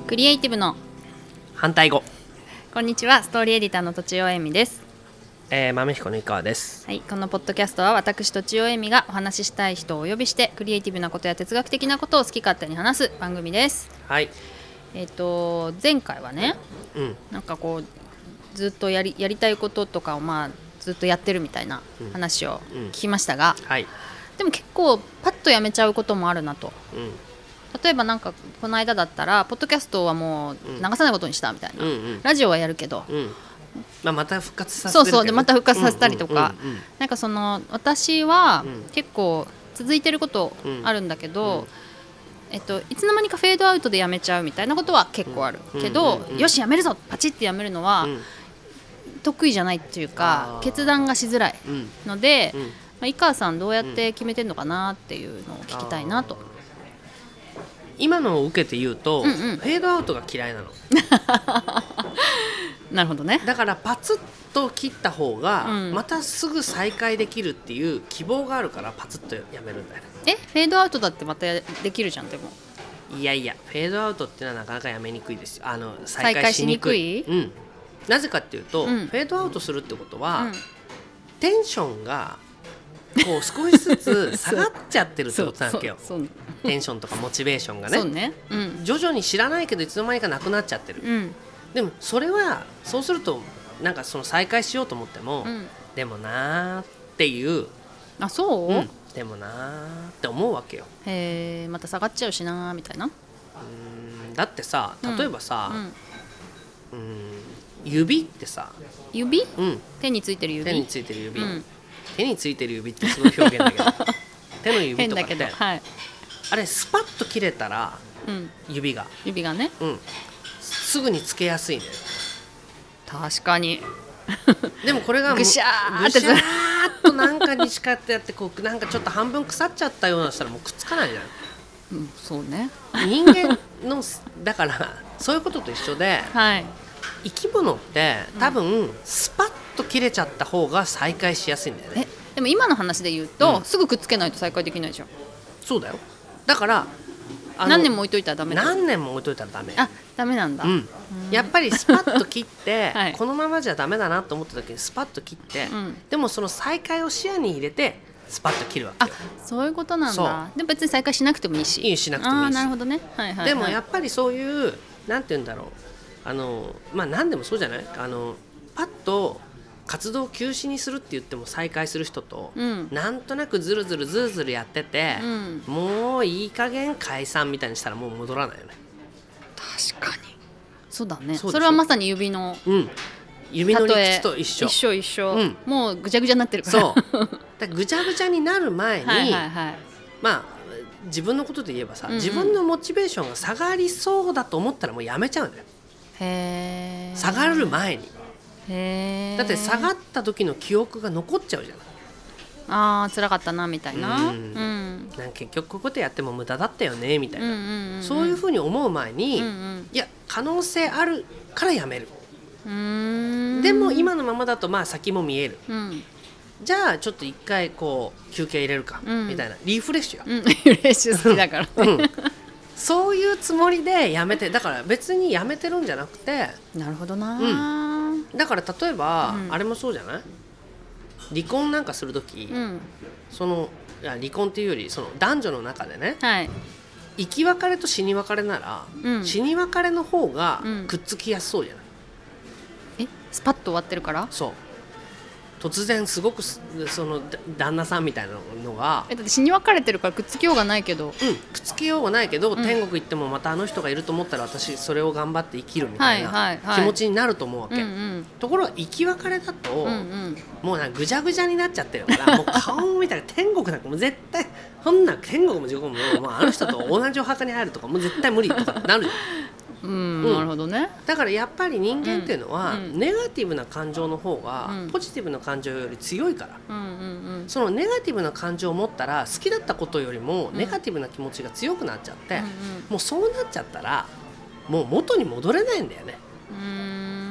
クリエイティブの反対語。 こんにちは、ストーリーエディターのとちおえみです。 豆彦の井川です。 はい、このポッドキャストは私とちおえみがお話ししたい人をお呼びしてクリエイティブなことや哲学的なことを好き勝手に話す番組です。 はい。 前回はね、なんかこうずっとやりたいこととかをずっとやってるみたいな話を聞きましたが、 はい。 でも結構パッとやめちゃうこともあるなと。例えばなんかこの間だったらポッドキャストはもう流さないことにしたみたいな、ラジオはやるけど、 また復活させてるけど、 そうでまた復活させたりとか、なんかその私は結構続いてることあるんだけど、いつの間にかフェードアウトでやめちゃうみたいなことは結構あるけど、よしやめるぞパチッてやめるのは得意じゃないっていうか、決断がしづらいので、井川さんどうやって決めてんのかなっていうのを聞きたいなと。 今のを受けて言うと、フェードアウトが嫌いなの。 なるほどね。 だからパツッと切った方が、またすぐ再開できるっていう希望があるからパツッとやめるんだよね。 フェードアウトだってまたできるじゃん。でもいやフェードアウトっていうのはなかなかやめにくいですよ。再開しにくい。なぜかっていうと、フェードアウトするってことは、テンションがこう少しずつ下がっちゃってるってことなわけよ。テンションとかモチベーションがね、徐々に知らないけどいつの間にかなくなっちゃってる。でもそれはそうするとなんかその再開しようと思っても、でもなーっていう、でもなーって思うわけよ。 また下がっちゃうしなーみたいな。 だってさ、例えばさ、指ってさ、 指、手についてる指、 手についてる指、手についてる指ってすごい表現だけど手の指とかって、あれスパッと切れたら、指がね、 すぐにつけやすいんだよ。 確かにでもこれがぐしゃーってぐしゃーっとなんかにしかってやってこうなんかちょっと半分腐っちゃったようなしたらもうくっつかないじゃん。 そうね。 人間のだからそういうことと一緒で、生き物って多分スパッと切れちゃった方が再開しやすいんだよね。 でも今の話で言うと、すぐくっつけないと再開できないじゃん。 そうだよ。だから何年も置いといたらダメだ。 何年も置いといたらダメ。 ダメなんだ。 やっぱりスパッと切って、このままじゃダメだなと思った時にスパッと切って、でもその再開を視野に入れてスパッと切るわけよ。 そういうことなんだ。でも別に再開しなくてもいいし。 しなくてもいいし。 なるほどね。 でもやっぱりそういうなんて言うんだろう、何でもそうじゃない。パッと活動休止にするって言っても再開する人と、なんとなくずるずるやってて、もういい加減解散みたいにしたらもう戻らないよね。 確かにそうだね。それはまさに指の、 指の理屈と一緒、 もうぐちゃぐちゃになってるから。 だぐちゃぐちゃになる前に自分のことで言えばさ、自分のモチベーションが下がりそうだと思ったらもうやめちゃうんだよ。下がる前に。だって下がった時の記憶が残っちゃうじゃない。 辛かったなみたいな。 なんか結局こういうことやっても無駄だったよねみたいな、そういうふうに思う前に、いや可能性あるからやめる。でも今のままだと先も見える、じゃあちょっと一回こう休憩入れるか、みたいなリフレッシュや、 リフレッシュ好きだからね、 そういうつもりでやめて、だから別にやめてるんじゃなくて。 なるほどな、 だから例えば、あれもそうじゃない。離婚なんかするとき、離婚っていうよりその男女の中でね、生き別れと死に別れなら、死に別れの方がくっつきやすそうじゃない。 スパッと終わってるから。 そう突然すごくその旦那さんみたいなのが、 だって死に別れてるからくっつきようがないけど、 くっつきようがないけど、天国行ってもまたあの人がいると思ったら私それを頑張って生きるみたいな気持ちになると思うわけ、ところが生き別れだと、もうぐちゃぐちゃになっちゃってるからもう顔見たら天国なんかもう絶対そんな天国も地獄も、あの人と同じお墓に入るとかもう絶対無理とかなるじゃん。 なるほどね。 だからやっぱり人間っていうのは、ネガティブな感情の方が、ポジティブな感情より強いから、そのネガティブな感情を持ったら好きだったことよりもネガティブな気持ちが強くなっちゃって、もうそうなっちゃったらもう元に戻れないんだよね。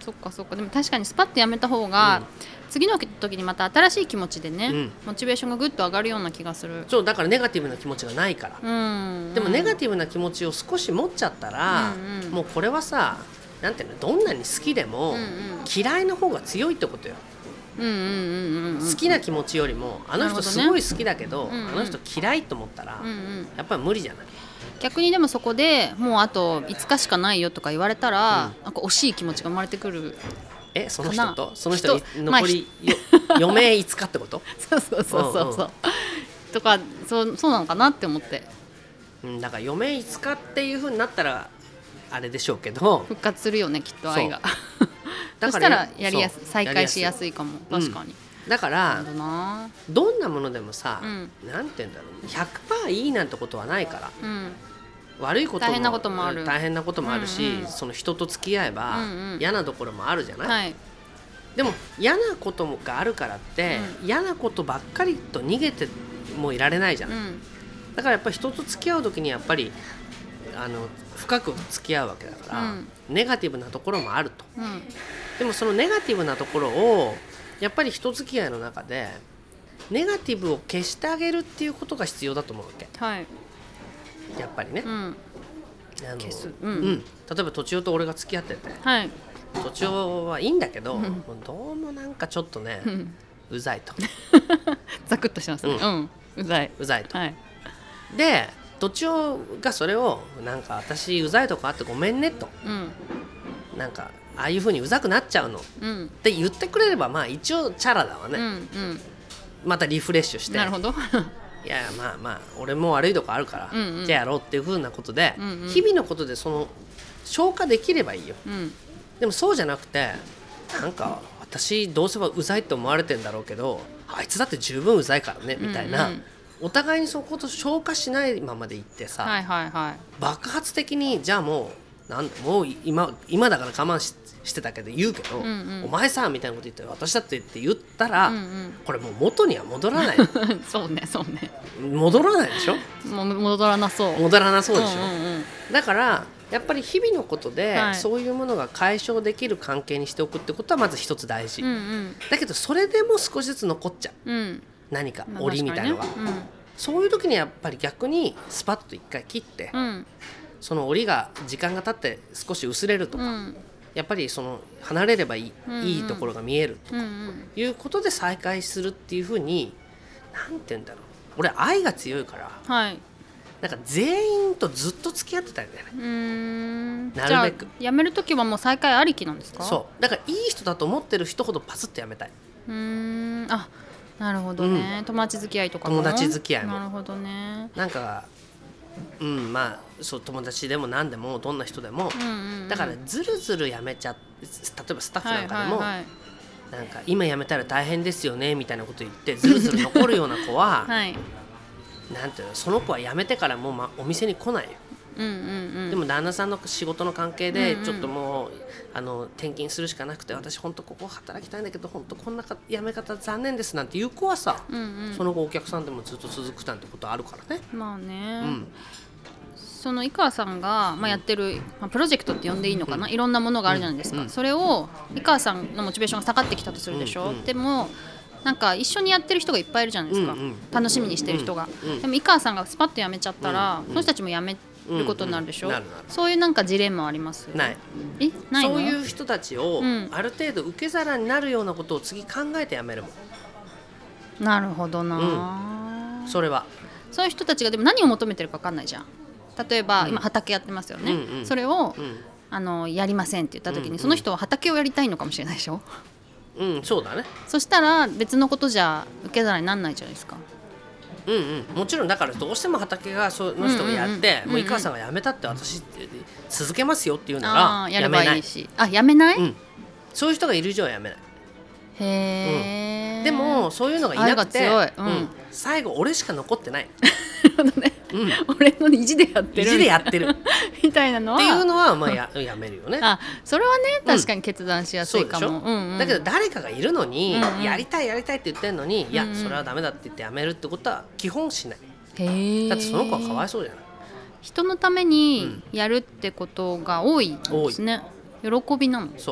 そっかそっか。でも確かにスパッとやめた方が、次の時にまた新しい気持ちでね、モチベーションがぐっと上がるような気がする。 そうだからネガティブな気持ちがないから、でもネガティブな気持ちを少し持っちゃったら、もうこれはさ、なんていうの、どんなに好きでも、嫌いの方が強いってことよ。好きな気持ちよりもあの人すごい好きだけど、あの人嫌いと思ったら、やっぱり無理じゃない。 逆にでもそこでもうあと5日しかないよとか言われたら、なんか惜しい気持ちが生まれてくる。 その人とその人に残り、余命5日ってこと？ そうとかそうなのかなって思って、 だから余命5日っていう風になったらあれでしょうけど、 復活するよねきっと愛が。そしたらやりやすい、再開しやすいかも。確かに。 だからどんなものでもさ、なんて言うんだろう、100% いいなんてことはないから、悪いことも大変なこともあるし、その人と付き合えば嫌なところもあるじゃない、でも嫌なことがあるからって、嫌なことばっかりと逃げてもいられないじゃない、だからやっぱり人と付き合う時にやっぱり深く付き合うわけだから、ネガティブなところもあると、でもそのネガティブなところをやっぱり人付き合いの中でネガティブを消してあげるっていうことが必要だと思うわけ、やっぱりね、 消す、 例えばとちおと俺が付き合ってて、とちおはいいんだけど、もうどうもなんかちょっとね、うざいとザクッとしますね、うざいと、 でとちおがそれをなんか私うざいとこあってごめんねと、なんかああいう風にうざくなっちゃうの、って言ってくれれば、まあ一応チャラだわね、またリフレッシュして、 なるほどいやまあ俺も悪いとこあるから、じゃあやろうっていう風なことで、日々のことでその消化できればいいよ、でもそうじゃなくて、なんか私どうせはうざいって思われてんだろうけど、あいつだって十分うざいからねみたいな、お互いにそこと消化しないままでいってさ、爆発的にじゃあもう今だから我慢してたけど言うけど、お前さみたいなこと言って私だってって言ったら、これもう元には戻らないそうね戻らないでしょ、 戻らなそうでしょ、だからやっぱり日々のことで、そういうものが解消できる関係にしておくってことはまず一つ大事、だけどそれでも少しずつ残っちゃう、何か檻みたいのが、そういう時にやっぱり逆にスパッと一回切って、その檻が時間が経って少し薄れるとか、やっぱりその離れればいいところが見えるとかいうことで再会するっていう風に、なんて言うんだろう、俺愛が強いから、なんか全員とずっと付き合ってたんだよね、なるべく。 じゃあ辞める時はもう再会ありきなんですか？ そうだからいい人だと思ってる人ほどパスッと辞めたい。 あ、なるほどね、友達付き合いとかも。 友達付き合いもなるほどね。 なんかまあそう友達でも何でもどんな人でも、だからずるずるやめちゃ、例えばスタッフなんかでも、なんか今やめたら大変ですよねみたいなこと言ってずるずる残るような子は、なんていうの、その子は辞めてからもう、お店に来ないよ、でも旦那さんの仕事の関係でちょっともう転勤するしかなくて、私本当ここ働きたいんだけど本当こんな辞め方残念ですなんていう子はさ、その後お客さんでもずっと続くなんてことあるからね。 まあね、その井川さんが、やってる、プロジェクトって呼んでいいのかな、いろんなものがあるじゃないですか、それを井川さんのモチベーションが下がってきたとするでしょ、でもなんか一緒にやってる人がいっぱいいるじゃないですか、楽しみにしてる人が、でも井川さんがスパッと辞めちゃったら、その人たちも辞めることになるでしょ、そういうなんかジレンマあります？ ないの？ そういう人たちを、ある程度受け皿になるようなことを次考えて辞めるもん。 なるほどな、 それはそういう人たちがでも何を求めてるか分かんないじゃん。例えば、今畑やってますよね、それを、やりませんって言った時に、その人は畑をやりたいのかもしれないでしょ。 そうだね。 そしたら別のことじゃ受け皿にならないじゃないですか。 もちろんだからどうしても畑がその人がやって、もう井川さんが辞めたって私続けますよっていうならやればいいし、辞めない、 そういう人がいる以上は辞めない。 へー、 でもそういうのがいなくて、最後俺しか残ってない俺の意地でやってる意地でやってるみたいなのはっていうのはやめるよね。 それはね確かに決断しやすいかも、 だけど誰かがいるのに、やりたいって言ってるのに、いやそれはダメだって言ってやめるってことは基本しない。だってその子はかわいそうじゃない。 人のためにやるってことが多いですね、喜びなの。 そう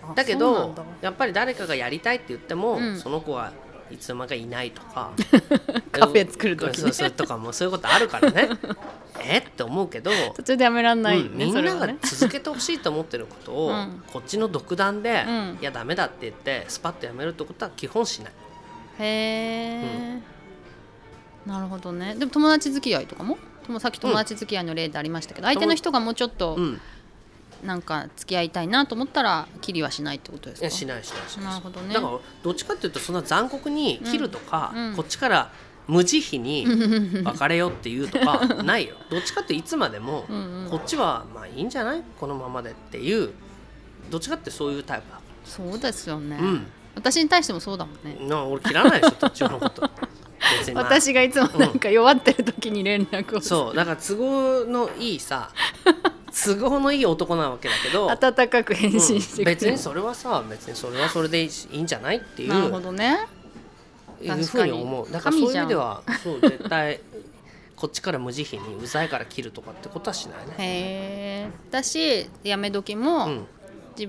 だけどやっぱり誰かがやりたいって言っても、その子はいつの間にかいないとかカフェ作る時ねそうとかもそういうことあるからねって思うけど途中でやめらんない、 みんなが続けてほしいと思ってることを、こっちの独断で、いやダメだって言ってスパッとやめるってことは基本しない。 へえ、なるほどね。でも友達付き合いとかもさっき友達付き合いの例でありましたけど、相手の人がもうちょっと、なんか付き合いたいなと思ったら切りはしないってことですか？ しない。 なるほどね。 だからどっちかっていうとそんな残酷に切るとか、こっちから無慈悲に別れよっていうとかないよ。どっちかっていつまでもこっちはまあいいんじゃないこのままでっていう、どっちかってそういうタイプだ。 そうですよね、私に対してもそうだもんね。 俺切らないでしょどっちのこと別に、 私がいつもなんか弱ってる時に連絡をそうだから都合のいいさ都合のいい男なわけだけど温かく返信してくれる、 別にそれはそれでいいんじゃないっていう、 なるほどね、 いうふうに思う。だからそういう意味ではそう絶対こっちから無慈悲にうざいから切るとかってことはしないね。 へえ。だしやめ時も、自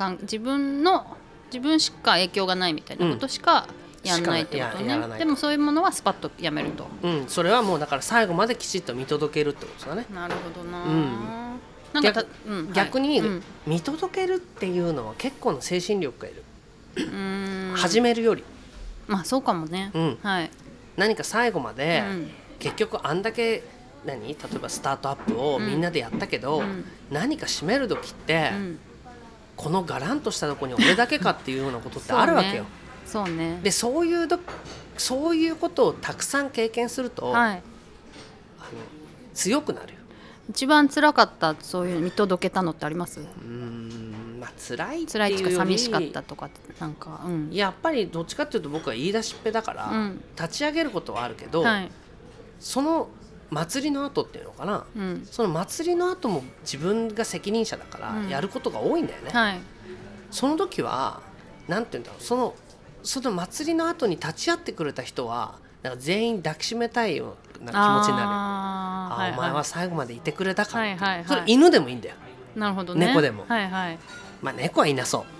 分しか影響がないみたいなことしかやんないってことね。でもそういうものはスパッとやめると、 それはもうだから最後まできちっと見届けるってことだね。 なるほどな、 なんか逆に見届けるっていうのは結構の精神力がいる始めるより。 まあそうかもね、 何か最後まで、結局あんだけ例えばスタートアップをみんなでやったけど、何か締める時って、このガランとしたところに俺だけかっていうようなことってあるわけよ。 そうね。 でそういうことをたくさん経験すると、強くなるよ。 一番辛かったそういう見届けたのってあります？ 辛いって辛いいうより寂しかったとかなんか、 やっぱりどっちかっていうと僕は言い出しっぺだから、立ち上げることはあるけど、その祭りの後っていうのかな、その祭りの後も自分が責任者だからやることが多いんだよね、その時はなんていうんだろう、その祭りの後に立ち会ってくれた人はなんか全員抱きしめたいような気持ちになる。お前は最後までいてくれたから、それ犬でもいいんだよ。 なるほどね。 猫でも、猫はいなそう。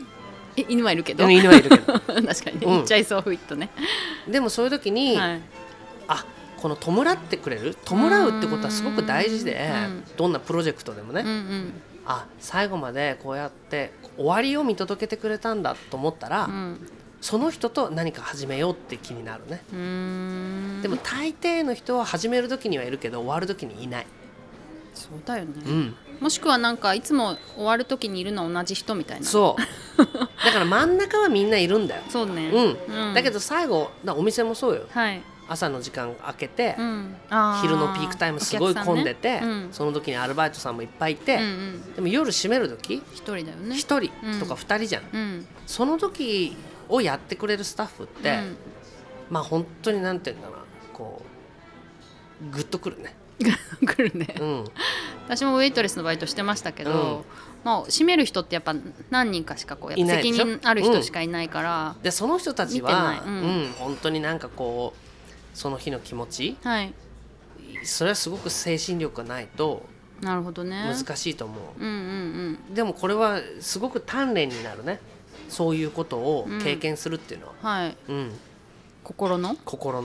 犬はいるけど犬はいるけど確かに、言っちゃいそう、ふいっとね。 でもそういう時に、この弔ってくれる、弔うってことはすごく大事で、どんなプロジェクトでもね、最後までこうやって終わりを見届けてくれたんだと思ったら、その人と何か始めようって気になるね。でも大抵の人は始める時にはいるけど終わる時にいない。 そうだよね、もしくはなんかいつも終わる時にいるのは同じ人みたいな。 そうだから真ん中はみんないるんだよ。 そうね、 だけど最後お店もそうよ、朝の時間空けて、昼のピークタイムすごい混んでて、その時にアルバイトさんもいっぱいいて、でも夜閉める時一人だよね。 一人とか二人じゃん、その時をやってくれるスタッフって、まあ本当になんていうんだろうな、こうグッとくるね来るね、私もウェイトレスのバイトしてましたけど、閉める人ってやっぱ何人かしかやっぱ責任ある人しかいないから、 でその人たちは、本当になんかこうその日の気持ち、それはすごく精神力がないと難しいと思う。でもこれはすごく鍛錬になるね、そういうことを経験するっていうのは、心の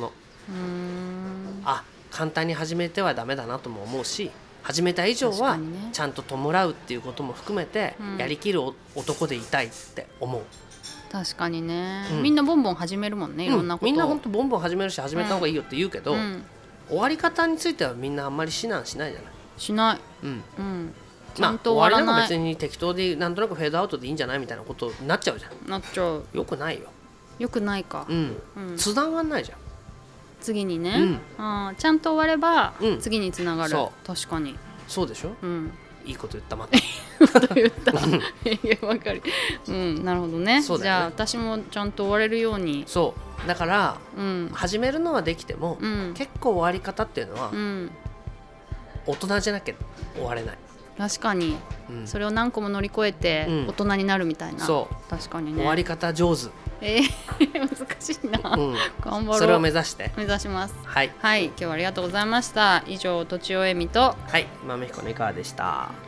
簡単に始めてはダメだなとも思うし、始めた以上はちゃんと弔うっていうことも含めてやりきる男でいたいって思う。 確かにね、みんなボンボン始めるもんね、いろんなこと。 みんな本当ボンボン始めるし始めた方がいいよって言うけど、終わり方についてはみんなあんまり指南しないじゃない。 しない、ちゃんと終わらない。 終わりなんか別に適当でなんとなくフェードアウトでいいんじゃないみたいなことになっちゃうじゃん。 なっちゃう。 よくないよ。 よくないか。 つながんないじゃん。 次にね、ちゃんと終われば次につながる。確かにそうでしょ、いいこと言ったまたいいこと言ったいやわかる、なるほどね。じゃあ私もちゃんと終われるように。 そうだから、始めるのはできても、結構終わり方っていうのは、大人じゃなきゃ終われない。 確かに、それを何個も乗り越えて大人になるみたいな。確かにね、 終わり方上手。 難しいな、頑張ろう。 それを目指して目指します。 はい、 今日はありがとうございました。以上とちおえみと豆彦の井川でした。